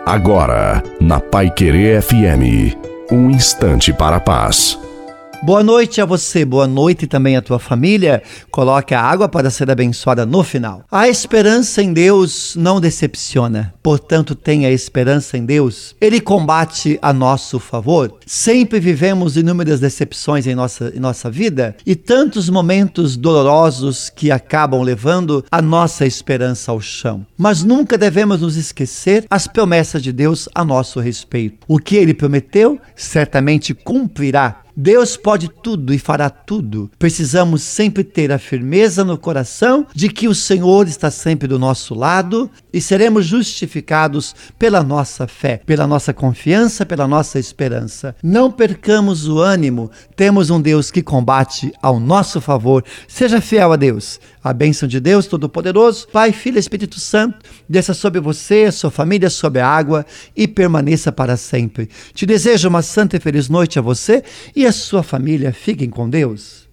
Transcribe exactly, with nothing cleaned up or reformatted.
Agora, na Paiquerê F M, um instante para a paz. Boa noite a você, boa noite também à tua família. Coloque a água para ser abençoada no final. A esperança em Deus não decepciona, portanto tenha esperança em Deus. Ele combate a nosso favor. Sempre vivemos inúmeras decepções em nossa, em nossa vida e tantos momentos dolorosos que acabam levando a nossa esperança ao chão. Mas nunca devemos nos esquecer as promessas de Deus a nosso respeito. O que Ele prometeu, certamente cumprirá. Deus pode tudo e fará tudo. Precisamos sempre ter a firmeza no coração de que o Senhor está sempre do nosso lado e seremos justificados pela nossa fé, pela nossa confiança, pela nossa esperança. Não percamos o ânimo. Temos um Deus que combate ao nosso favor. Seja fiel a Deus. A bênção de Deus Todo-Poderoso, Pai, Filho e Espírito Santo, desça sobre você, a sua família, sobre a água e permaneça para sempre. Te desejo uma santa e feliz noite a você e a sua família. Fiquem com Deus.